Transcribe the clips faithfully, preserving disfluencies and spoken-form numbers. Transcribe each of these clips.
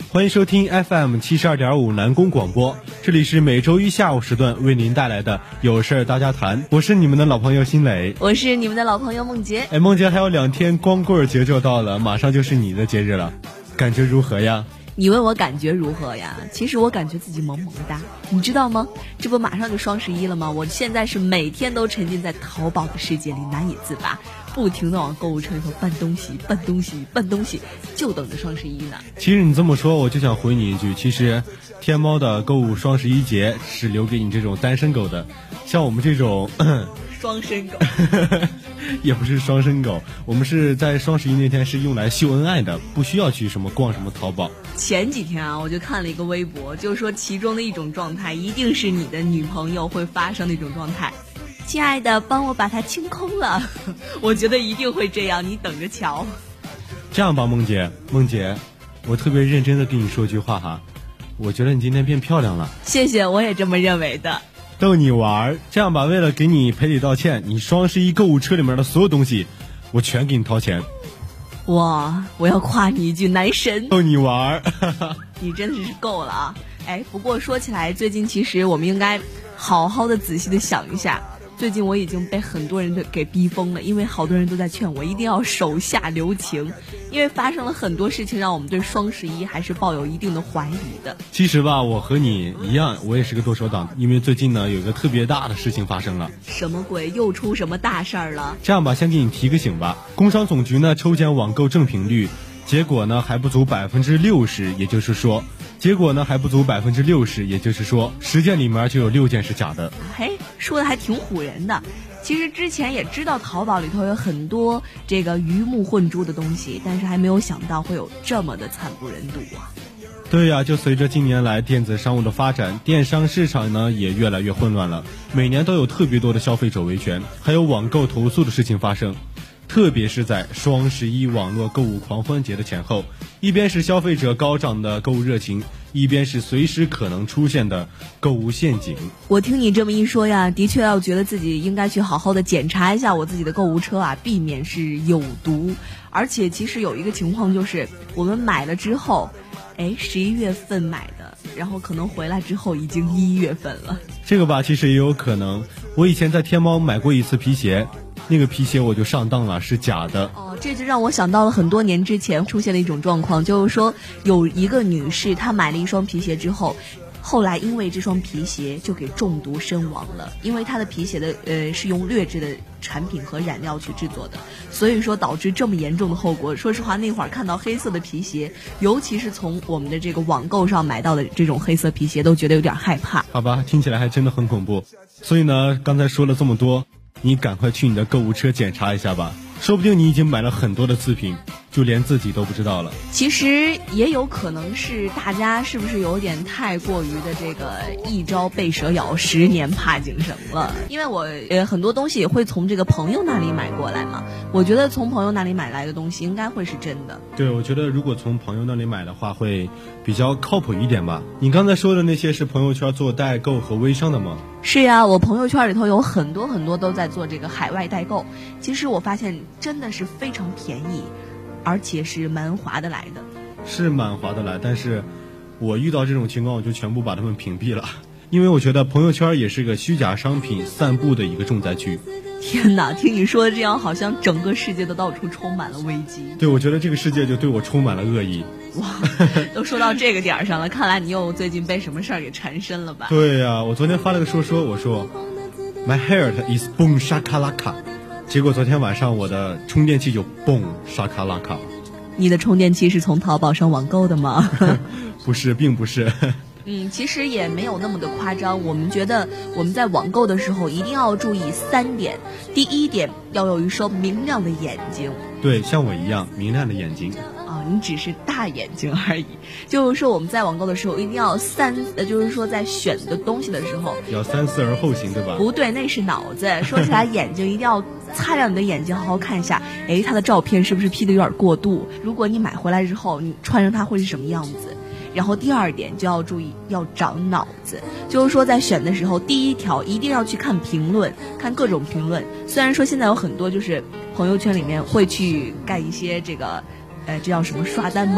欢迎收听 F M 七十二点五南宫广播，这里是每周一下午时段为您带来的有事儿大家谈，我是你们的老朋友新磊， 我是你们的老朋友梦洁。 哎，梦洁还有两天光棍节就到了，马上就是你的节日了，感觉如何呀？ 你问我感觉如何呀？其实我感觉自己萌萌哒，你知道吗？这不马上就双十一了吗？我现在是每天都沉浸在淘宝的世界里难以自拔，不停地往购物车里头搬东西搬东西搬东西，就等着双十一呢。 其实你这么说，我就想回你一句，其实天猫的购物双十一节是留给你这种单身狗的，像我们这种双身狗也不是双身狗，我们是在双十一那天是用来秀恩爱的，不需要去什么逛什么淘宝。 前几天啊，我就看了一个微博，就是说其中的一种状态一定是你的女朋友会发生的一种状态，亲爱的帮我把它清空了我觉得一定会这样，你等着瞧。 这样吧，梦洁梦洁我特别认真的跟你说句话哈，我觉得你今天变漂亮了。 谢谢，我也这么认为的。 逗你玩，这样吧，为了给你赔礼道歉，你双十一购物车里面的所有东西我全给你掏钱。 哇，我要夸你一句男神。 逗你玩你真的是够了啊。哎，不过说起来，最近其实我们应该好好的仔细的想一下，最近我已经被很多人的给逼疯了，因为好多人都在劝我一定要手下留情，因为发生了很多事情让我们对双十一还是抱有一定的怀疑的。 其实吧，我和你一样，我也是个剁手党，因为最近呢有一个特别大的事情发生了。 什么鬼？又出什么大事儿了？ 这样吧，先给你提个醒吧。工商总局呢抽检网购正品率，结果呢还不足百分之六十，也就是说结果呢还不足百分之六十，也就是说十件里面就有六件是假的。 嘿，说的还挺唬人的。其实之前也知道淘宝里头有很多这个鱼目混珠的东西，但是还没有想到会有这么的惨不忍睹啊。 对呀、啊，就随着近年来电子商务的发展，电商市场呢也越来越混乱了，每年都有特别多的消费者维权，还有网购投诉的事情发生。特别是在双十一网络购物狂欢节的前后，一边是消费者高涨的购物热情，一边是随时可能出现的购物陷阱。 我听你这么一说呀，的确要觉得自己应该去好好的检查一下我自己的购物车啊，避免是有毒。而且其实有一个情况就是，我们买了之后，哎，十一月份买的，然后可能回来之后已经一月份了。 这个吧，其实也有可能。我以前在天猫买过一次皮鞋，那个皮鞋我就上当了，是假的。 哦，这就让我想到了很多年之前出现的一种状况，就是说有一个女士她买了一双皮鞋之后，后来因为这双皮鞋就给中毒身亡了，因为她的皮鞋的呃是用劣质的产品和染料去制作的，所以说导致这么严重的后果。说实话，那会儿看到黑色的皮鞋，尤其是从我们的这个网购上买到的这种黑色皮鞋，都觉得有点害怕。 好吧，听起来还真的很恐怖。所以呢，刚才说了这么多，你赶快去你的购物车检查一下吧，说不定你已经买了很多的次品，就连自己都不知道了。 其实也有可能是大家是不是有点太过于的这个一朝被蛇咬，十年怕井绳了？因为我呃很多东西也会从这个朋友那里买过来嘛，我觉得从朋友那里买来的东西应该会是真的。 对，我觉得如果从朋友那里买的话，会比较靠谱一点吧。你刚才说的那些是朋友圈做代购和微商的吗？ 是呀，我朋友圈里头有很多很多都在做这个海外代购，其实我发现真的是非常便宜，而且是蛮划得来的。 是蛮划得来，但是我遇到这种情况我就全部把他们屏蔽了，因为我觉得朋友圈也是个虚假商品散布的一个重灾区。 天哪，听你说的这样，好像整个世界都到处充满了危机。 对，我觉得这个世界就对我充满了恶意。 哇，都说到这个点儿上了，看来你又最近被什么事儿给缠身了吧？ 对呀、啊，我昨天发了个说说，我说 My heart is boom shakalaka， 结果昨天晚上我的充电器就 boom shakalaka。 你的充电器是从淘宝上网购的吗？ 不是，并不是。 嗯，其实也没有那么的夸张。我们觉得我们在网购的时候一定要注意三点。第一点，要有一双明亮的眼睛。 对，像我一样明亮的眼睛。 啊，你只是大眼睛而已。就是说我们在网购的时候一定要三，呃，就是说在选的东西的时候要三思而后行，对吧？ 不对，那是脑子。说起来，眼睛一定要擦亮你的眼睛，好好看一下，哎，它的照片是不是 P 的有点过度？如果你买回来之后，你穿上它会是什么样子？然后第二点就要注意，要长脑子，就是说在选的时候，第一条一定要去看评论，看各种评论。虽然说现在有很多就是朋友圈里面会去干一些这个，呃，这叫什么刷单嘛？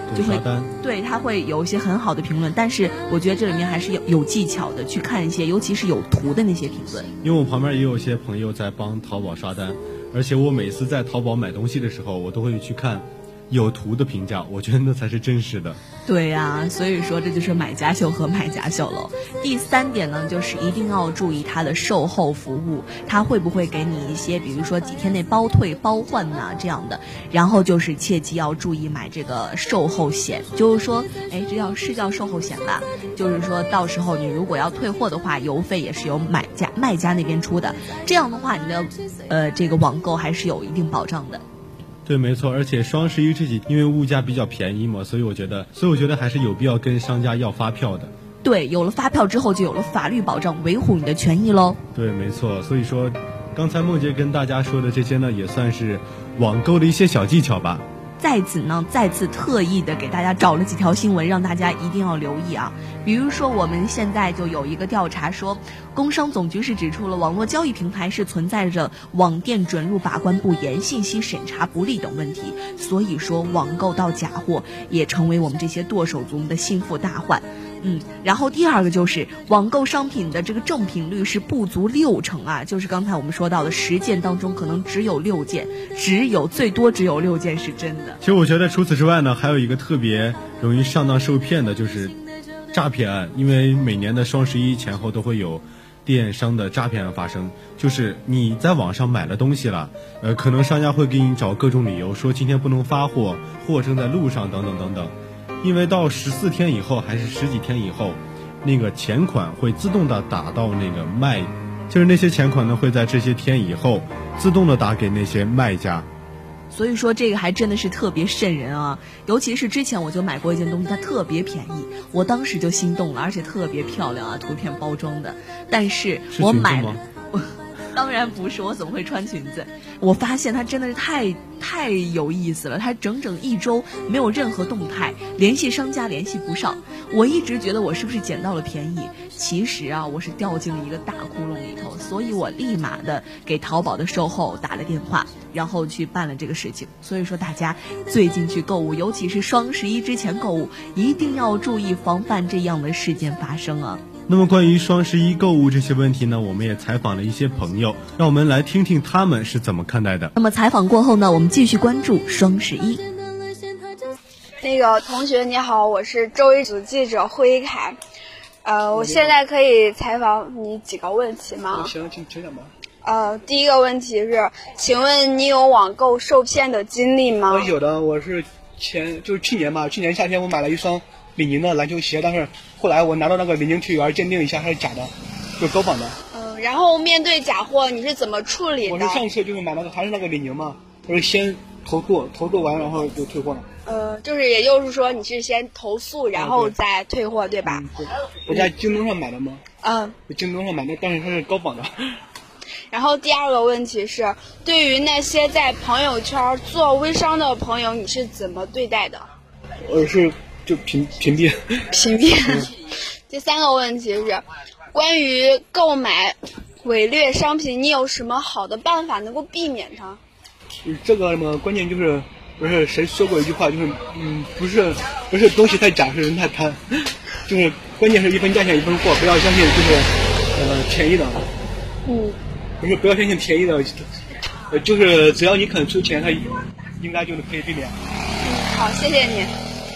就会刷单， 对它会有一些很好的评论，但是我觉得这里面还是有有技巧的，去看一些尤其是有图的那些评论。 因为我旁边也有一些朋友在帮淘宝刷单，而且我每次在淘宝买东西的时候，我都会去看有图的评价，我觉得那才是真实的。 对呀、啊，所以说这就是买家秀和卖家秀了。第三点呢，就是一定要注意它的售后服务，它会不会给你一些比如说几天内包退包换呐、啊、这样的。然后就是切记要注意买这个售后险，就是说哎，这叫是叫售后险吧，就是说到时候你如果要退货的话，邮费也是由买家卖家那边出的，这样的话你的呃这个网购还是有一定保障的。 对，没错，而且双十一这几因为物价比较便宜嘛，所以我觉得，所以我觉得还是有必要跟商家要发票的。 对，有了发票之后，就有了法律保障，维护你的权益喽。 对，没错，所以说，刚才梦洁跟大家说的这些呢，也算是网购的一些小技巧吧。 在此呢，再次特意的给大家找了几条新闻，让大家一定要留意啊。比如说，我们现在就有一个调查说，工商总局是指出了网络交易平台是存在着网店准入把关不严、信息审查不力等问题，所以说网购到假货也成为我们这些剁手族的心腹大患。嗯，然后第二个就是网购商品的这个正品率是不足六成啊，就是刚才我们说到的十件当中可能只有六件，只有最多只有六件是真的。 其实我觉得除此之外呢，还有一个特别容易上当受骗的就是诈骗案，因为每年的双十一前后都会有电商的诈骗案发生，就是你在网上买了东西了，呃，可能商家会给你找各种理由说今天不能发货，货正在路上等等等等。因为到十四天以后还是十几天以后，那个钱款会自动的打到那个卖，就是那些钱款呢会在这些天以后自动的打给那些卖家。 所以说这个还真的是特别瘆人啊，尤其是之前我就买过一件东西，它特别便宜，我当时就心动了，而且特别漂亮啊，图片包装的，但是我买了当然不是，我怎么会穿裙子？我发现它真的是太太有意思了，它整整一周没有任何动态，联系商家联系不上。我一直觉得我是不是捡到了便宜，其实啊，我是掉进了一个大窟窿里头，所以我立马的给淘宝的售后打了电话，然后去办了这个事情。所以说大家最近去购物，尤其是双十一之前购物，一定要注意防范这样的事件发生啊。 那么关于双十一购物这些问题呢，我们也采访了一些朋友，让我们来听听他们是怎么看待的。 那么采访过后呢，我们继续关注双十一。 那个同学你好，我是周一组记者胡一凯，呃，我现在可以采访你几个问题吗？ 行，请请讲吧。 呃，第一个问题是，请问你有网购受骗的经历吗？ 我有的，我是前就是去年吧，去年夏天我买了一双李宁的篮球鞋，但是后来我拿到那个李宁体育员鉴定一下，它是假的，就是高仿的。 嗯、呃，然后面对假货你是怎么处理的？ 我是上次就是买那个还是那个李宁嘛，我是先投诉，投诉完然后就退货了。 呃，就是也就是说你是先投诉，然后再退货，啊、对, 对吧？ 嗯，对。我在京东上买的吗？ 嗯， 京东上买的，但是它是高仿的。 然后第二个问题是，对于那些在朋友圈做微商的朋友，你是怎么对待的？ 我是就屏屏蔽。 屏蔽。嗯、第三个问题是，关于购买伪劣商品，你有什么好的办法能够避免它？ 这个嘛，关键就是不是谁说过一句话，就是嗯，不是不是东西太假，是人太贪，就是关键是一分价钱一分货，不要相信就是呃便宜的。 嗯。 不是不要相信便宜的，呃，就是只要你肯出钱，他应该就是可以避免。 嗯，好，谢谢你。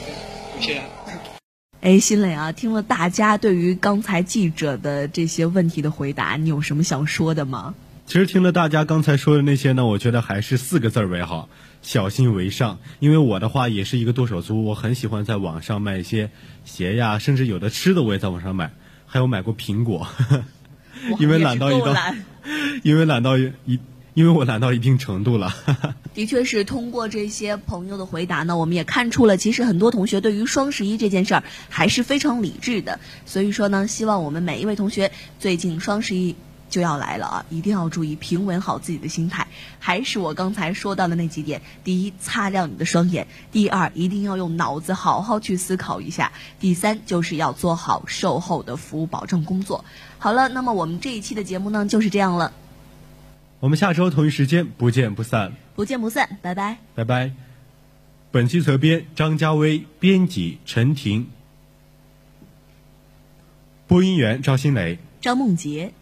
OK， 谢谢。 哎，新磊啊，听了大家对于刚才记者的这些问题的回答，你有什么想说的吗？ 其实听了大家刚才说的那些呢，我觉得还是四个字为好，小心为上。因为我的话也是一个剁手族，我很喜欢在网上买一些鞋呀，甚至有的吃的我也在网上买，还有买过苹果。呵呵，因为懒到一到，因为懒到一，因为我懒到一定程度了。 的确是通过这些朋友的回答呢，我们也看出了，其实很多同学对于双十一这件事儿还是非常理智的。所以说呢，希望我们每一位同学最近双十一就要来了啊，一定要注意平稳好自己的心态。还是我刚才说到的那几点：第一，擦亮你的双眼；第二，一定要用脑子好好去思考一下；第三，就是要做好售后的服务保证工作。好了，那么我们这一期的节目呢就是这样了， 我们下周同一时间不见不散， 不见不散，拜拜， 拜拜。 本期责编张家威，编辑陈婷，播音员赵新磊、 张梦洁。